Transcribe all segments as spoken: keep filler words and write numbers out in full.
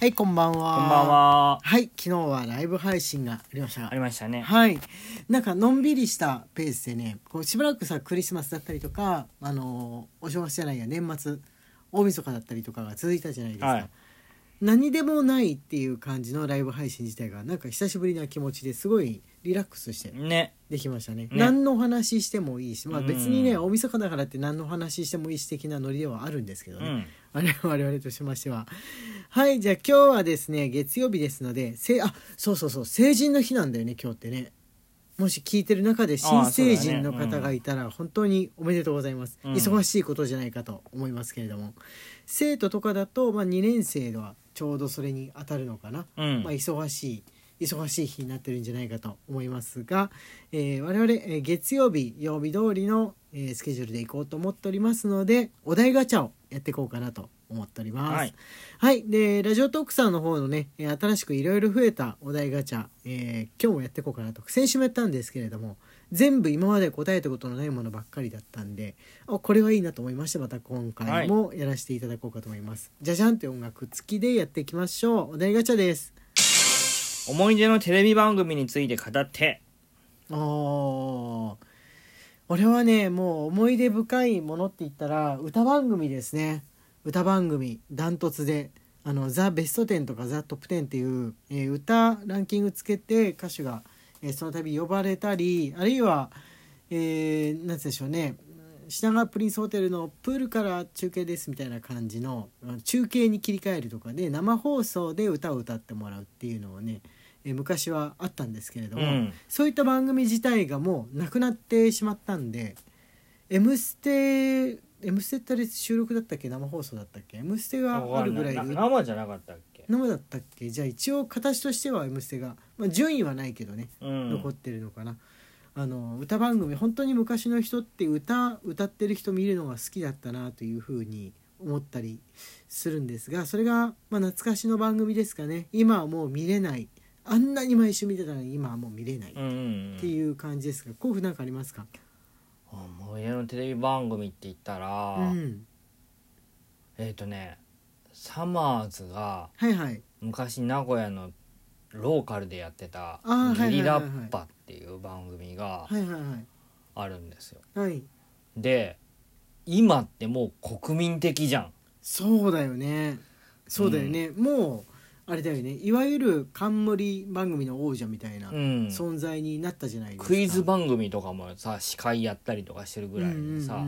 はい、こんばんは。 こんばんは。 はい、昨日はライブ配信がありました。 ありましたね。 はい、なんかのんびりしたペースでね、こうしばらくさクリスマスだったりとか、あのー、お正月じゃないや年末大晦日だったりとかが続いたじゃないですか。はい、何でもないっていう感じのライブ配信自体がなんか久しぶりな気持ちですごいリラックスしてできました ね, ね何の話してもいいし、まあ、別にね大晦日だからって何の話してもいいし的なノリではあるんですけどね、うん、我々としましては。はい、じゃあ今日はですね月曜日ですので、せあそうそうそう成人の日なんだよね今日ってね。もし聞いてる中で新成人の方がいたら本当におめでとうございます、うん、忙しいことじゃないかと思いますけれども、生徒とかだと、まあ、にねん生はちょうどそれに当たるのかな、うん、まあ、忙しい忙しい日になってるんじゃないかと思いますが、えー、我々、えー、月曜日曜日通りの、えー、スケジュールで行こうと思っておりますので、お題ガチャをやっていこうかなと思っております。はい、はい、でラジオトークさんの方のね新しくいろいろ増えたお題ガチャ、えー、今日もやっていこうかなと。先週もやったんですけれども全部今まで答えたことのないものばっかりだったんで、あこれはいいなと思いまして、また今回もやらせていただこうかと思います。はい、じゃじゃんという音楽付きでやっていきましょう。お題ガチャです。 思い出のテレビ番組について語って。 あー俺はねもう思い出深いものって言ったら歌番組ですね。歌番組ダントツであのザ・ベストテンとかザ・トップテンっていう、えー、歌ランキングつけて歌手が、えー、その度呼ばれたり、あるいは、えー、なんてでしょうね、品川プリンスホテルのプールから中継ですみたいな感じの中継に切り替えるとかで生放送で歌を歌ってもらうっていうのをね、えー、昔はあったんですけれども、うん、そういった番組自体がもうなくなってしまったんで、 M ステ M ステって収録だったっけ生放送だったっけ。 M ステがあるぐらいで生じゃなかったっけ。 生だったっけ。じゃあ一応形としては M ステが、まあ、順位はないけどね、うん、残ってるのかな。あの歌番組本当に昔の人って歌歌ってる人見るのが好きだったなというふうに思ったりするんですが、それが、まあ、懐かしの番組ですかね。今はもう見れない、あんなに毎週見てたのに今はもう見れないっていう感じですが、甲府なんかありますか。 思い出のテレビ番組って言ったら、うん、えっ、ー、とねサマーズが昔名古屋のローカルでやってたゲリラッパっていう番組があるんですよ、 はいはいはい、 で今ってもう国民的じゃん。 そうだよねそうだよね、うん、もうあれだよね、いわゆる冠番組の王者みたいな存在になったじゃないですか、 うん、クイズ番組とかもさ司会やったりとかしてるぐらいでさ、うんうんうんうん、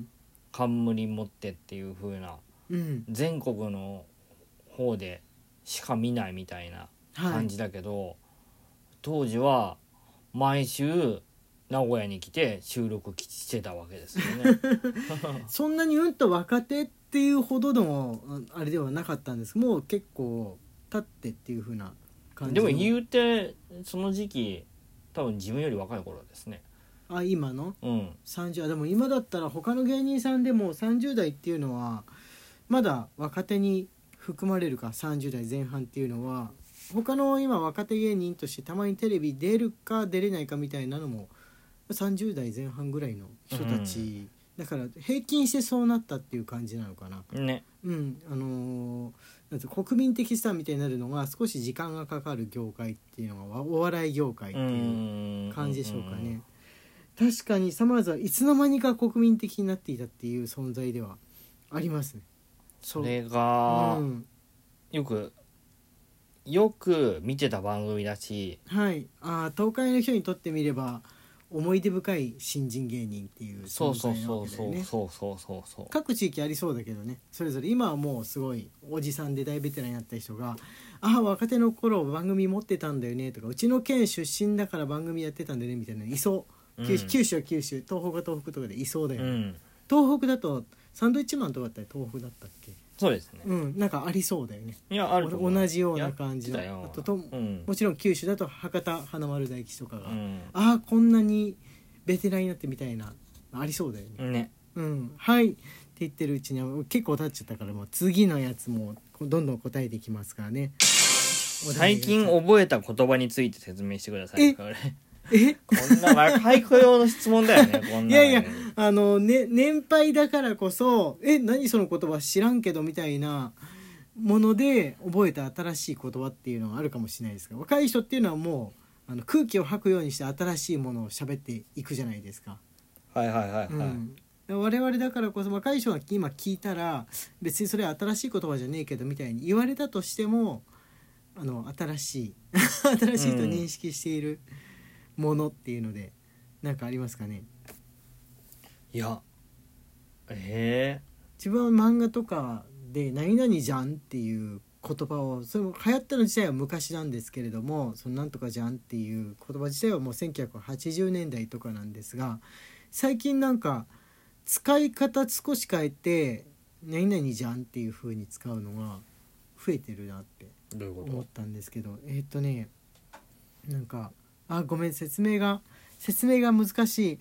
冠持ってっていう風な、うん、全国の方でしか見ないみたいな感じだけど、はい、当時は毎週名古屋に来て収録してたわけですよねそんなにうんと若手っていうほどのあれではなかったんです。もう結構経ってっていう風な感じ。 でも言うてその時期多分自分より若い頃ですね。 あ今の、 うん、 さんじゅうでも今だったら他の芸人さんでもさんじゅう代っていうのはまだ若手に含まれるか。さんじゅう代前半っていうのは他の今若手芸人としてたまにテレビ出るか出れないかみたいなのもさんじゅう代前半ぐらいの人たち、うん、だから平均してそうなったっていう感じなのかな、 ね、 うんあのー、なんて国民的スターみたいになるのが少し時間がかかる業界っていうのがお笑い業界っていう感じでしょうかね。確かにサマーズはいつの間にか国民的になっていたっていう存在ではありますね。 それが、うん、よくよく見てた番組だし、 はい、あ東海の人にとってみれば思い出深い新人芸人っていう存在なわけだよね。 そうそうそうそうそう。 各地域ありそうだけどね、それぞれ今はもうすごいおじさんで大ベテランになった人が、ああ若手の頃番組持ってたんだよねとか、うちの県出身だから番組やってたんだよねみたいなのいそう、うん、九州、九州は九州、東北は東北とかでいそうだよね、うん、東北だとサンドイッチマンとかだったら東北だったっけ。 そうですね、 うん、なんかありそうだよね。 いやあると思う。 同じような感じのあとと、うん、もちろん九州だと博多華丸大吉とかが、うん、ああこんなにベテランになってみたいなありそうだよね。 ね、 うん、はいって言ってるうちには結構経っちゃったから、もう次のやつもどんどん答えていきますからね。 最近覚えた言葉について説明してください。 ええこんな若い子用の質問だよねこんなの。いやいやあの、ね、年配だからこそえ何その言葉知らんけどみたいなもので覚えた新しい言葉っていうのはあるかもしれないですが、若い人っていうのはもうあの空気を吐くようにして新しいものを喋っていくじゃないですか。 はいはいはいはい、 うん、我々だからこそ若い人が今聞いたら別にそれは新しい言葉じゃねえけどみたいに言われたとしてもあの新しい新しいと認識しているものっていうので何かありますかね。 いやええ自分は漫画とかで何々じゃんっていう言葉をそれも流行ったの自体は昔なんですけれども、そのなんとかじゃんっていう言葉自体はもうせんきゅうひゃくはちじゅうねんだいとかなんですが、最近なんか使い方少し変えて何々じゃんっていう風に使うのが増えてるなって思ったんですけど、えーっとねなんかあごめん説明が説明が難しい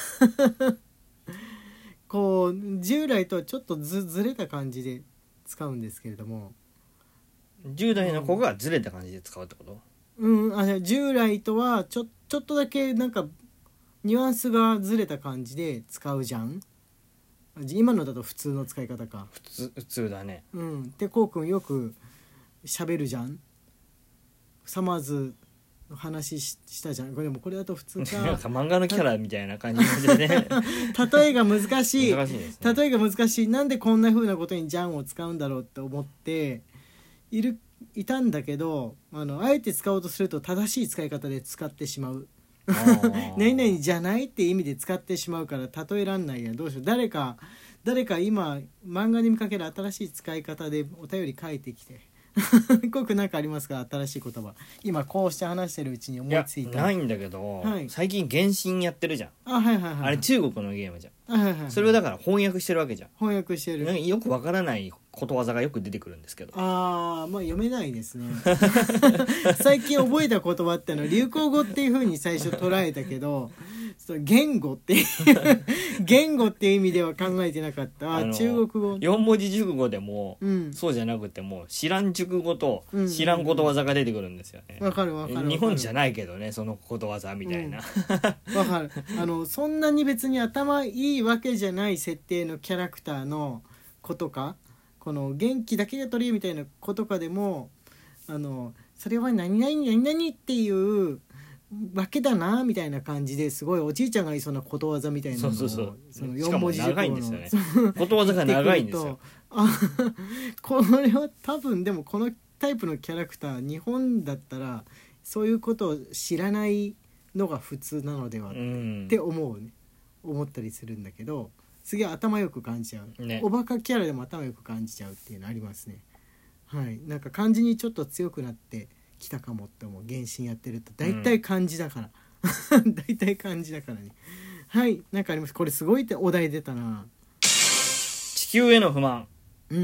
こう従来とはちょっと ず, ずれた感じで使うんですけれども、 じゅう代の子がずれた感じで使うってこと？ うん、あ従来とはちょちょっとだけなんかニュアンスがずれた感じで使うじゃん。今のだと普通の使い方か。 普通普通だね。 うん。でこうくんよく喋るじゃん。サマーズの話 し, したじゃん。これでもこれだと普通か。 なんか漫画のキャラみたいな感じでね。 例えが難しい。 難しいですね。 例えが難しい。なんでこんな風なことにじゃんを使うんだろうって思っているいたんだけど、あのあえて使おうとすると正しい使い方で使ってしまう。何々じゃないって意味で使ってしまうから例えらんないや。どうしよう。誰か誰か今漫画に見かける新しい使い方でお便り書いてきてこくなんかありますか？新しい言葉今こうして話してるうちに思いついた。 いやないんだけど、 はい、 最近原神やってるじゃん。 あ、はいはいはい、 あれ中国のゲームじゃん、 はいはいはい、 それをだから翻訳してるわけじゃん。 翻訳してる。 なんかよくわからないことわざがよく出てくるんですけど、 あーまあ読めないですね最近覚えた言葉ってのは流行語っていう風に最初捉えたけど言語っていう言語っていう意味では考えてなかった。あ中国語よん文字熟語でも、 うん、 そうじゃなくても知らん熟語と知らんことわざが出てくるんですよね。 わ、うん、かるわかる。 日本じゃないけどねそのことわざみたいな。わ、 うん、かる。あのそんなに別に頭いいわけじゃない設定のキャラクターの子とかこの元気だけが取り柄みたいな子とかでもあのそれは何々何々っていうわけだなみたいな感じですごいおじいちゃんが言いそうなことわざみたいなのをそうそうそうそのよん文字熟語の長いんですよね。ことわざが長いんですよ。 あこれは多分でもこのタイプのキャラクター日本だったらそういうことを知らないのが普通なのではって思うね、思ったりするんだけどすげえ頭よく感じちゃう、ね、おバカキャラでも頭よく感じちゃうっていうのありますね。はい、なんか漢字にちょっと強くなってきたかもって思う。原神やってると大体漢字だから、うん、大体漢字だからね。はい、なんかあります。これすごいってお題出たな。 地球への不満。 うん。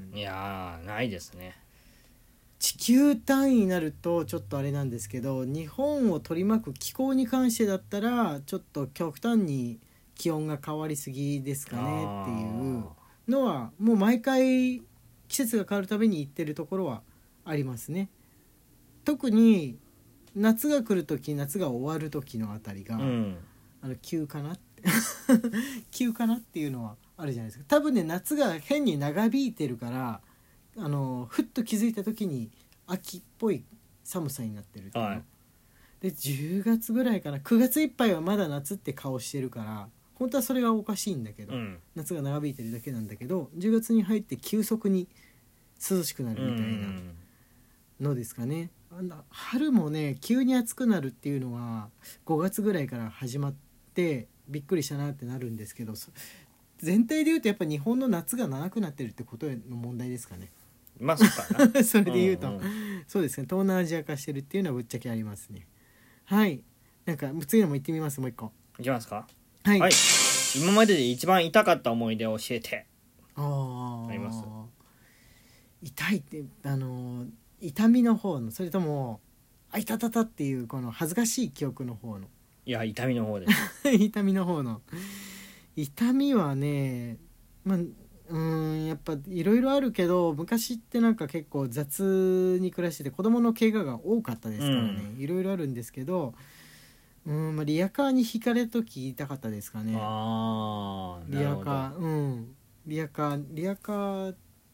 いやーないですね。 地球単位になるとちょっとあれなんですけど日本を取り巻く気候に関してだったらちょっと極端に気温が変わりすぎですかねっていうのはもう毎回季節が変わるたびに言ってるところはありますね。特に夏が来るとき夏が終わるときのあたりが、うん、あの急かなって急かなっていうのはあるじゃないですか。多分ね夏が変に長引いてるからあのふっと気づいたときに秋っぽい寒さになってるっていうの、はい、でじゅうがつぐらいかなくがついっぱいはまだ夏って顔してるから本当はそれがおかしいんだけど、うん、夏が長引いてるだけなんだけどじゅうがつに入って急速に涼しくなるみたいなのですかね。あんだ春もね急に暑くなるっていうのはごがつぐらいから始まってびっくりしたなってなるんですけど全体で言うとやっぱ日本の夏が長くなってるってことの問題ですかね。 まあそうかなそれで言うと、うんうん、そうですね東南アジア化してるっていうのはぶっちゃけありますね。はいなんか次のも行ってみます。もう一個いきますか。 はい、はい、 今までで一番痛かった思い出を教えて。 ああります。 痛いってあの痛みの方のそれともあいたたたっていうこの恥ずかしい記憶の方の。 いや痛みの方です痛みの方の痛みはねまあうーんやっぱいろいろあるけど昔ってなんか結構雑に暮らしてて子供の怪我が多かったですからね、いろいろあるんですけどうーん、まあ、リヤカーに引かれるとき痛かったですかね。 あリヤカーうんリヤカーリヤカー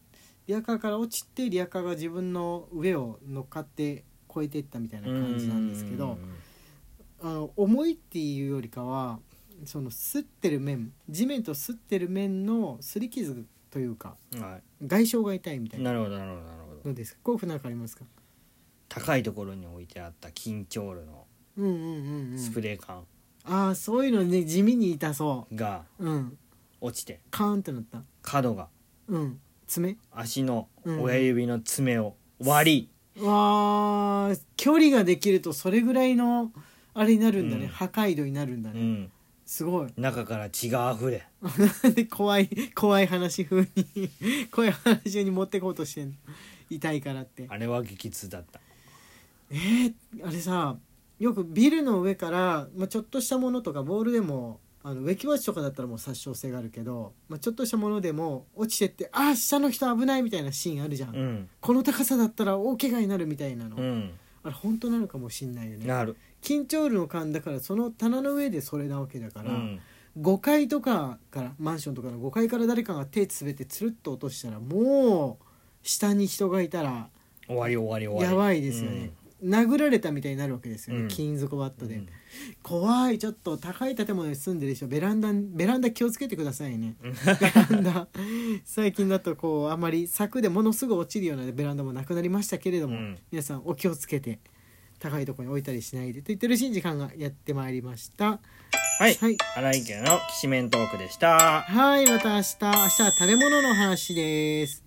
リアカーから落ちてリアカーが自分の上を乗っかって越えていったみたいな感じなんですけど、あの重いっていうよりかはその擦ってる面、地面と擦ってる面の擦り傷というか、はい、外傷が痛いみたいな。 なるほどなるほどなるほど。 どうですか、こうなんかありますか。 高いところに置いてあったキンチョールのスプレー缶、 うんうんうんうん、ああそういうのね、地味に痛そうが落ちて、 うん、カーンってなった。 角が、 うん、爪、 足の親指の爪を割り、 うん、わー、距離ができるとそれぐらいのあれになるんだね、うん、破壊度になるんだね、うん、すごい。 中から血があふれで怖い怖い話風に怖い話に持ってこうとしてんの、痛いからって。 あれは激痛だった。 えー、あれさ、よくビルの上から、まあ、ちょっとしたものとかボールでも、あの植木鉢とかだったらもう殺傷性があるけど、まあ、ちょっとしたものでも落ちてって、あー下の人危ないみたいなシーンあるじゃん、うん、この高さだったら大怪我になるみたいなの、うん、あれ本当なのかもしんないよね。 なる。 キンチョールの缶だからその棚の上でそれなわけだから、うん、ごかいとかからマンションとかのごかいから誰かが手滑ってつるっと落としたらもう下に人がいたら終わり終わり終わり、 やばいですよね、うん、殴られたみたいになるわけですよね、うん、金属バットで、うん、怖い。ちょっと高い建物に住んでる人、ベランダベランダ気をつけてくださいねベランダ最近だとこうあまり柵でものすぐ落ちるようなベランダもなくなりましたけれども、うん、皆さんお気をつけて高いところに置いたりしないでと言ってるしい時間がやってまいりました。 はい、はい、荒井家のきしめんトークでした。 はい、また明日明日は食べ物の話です。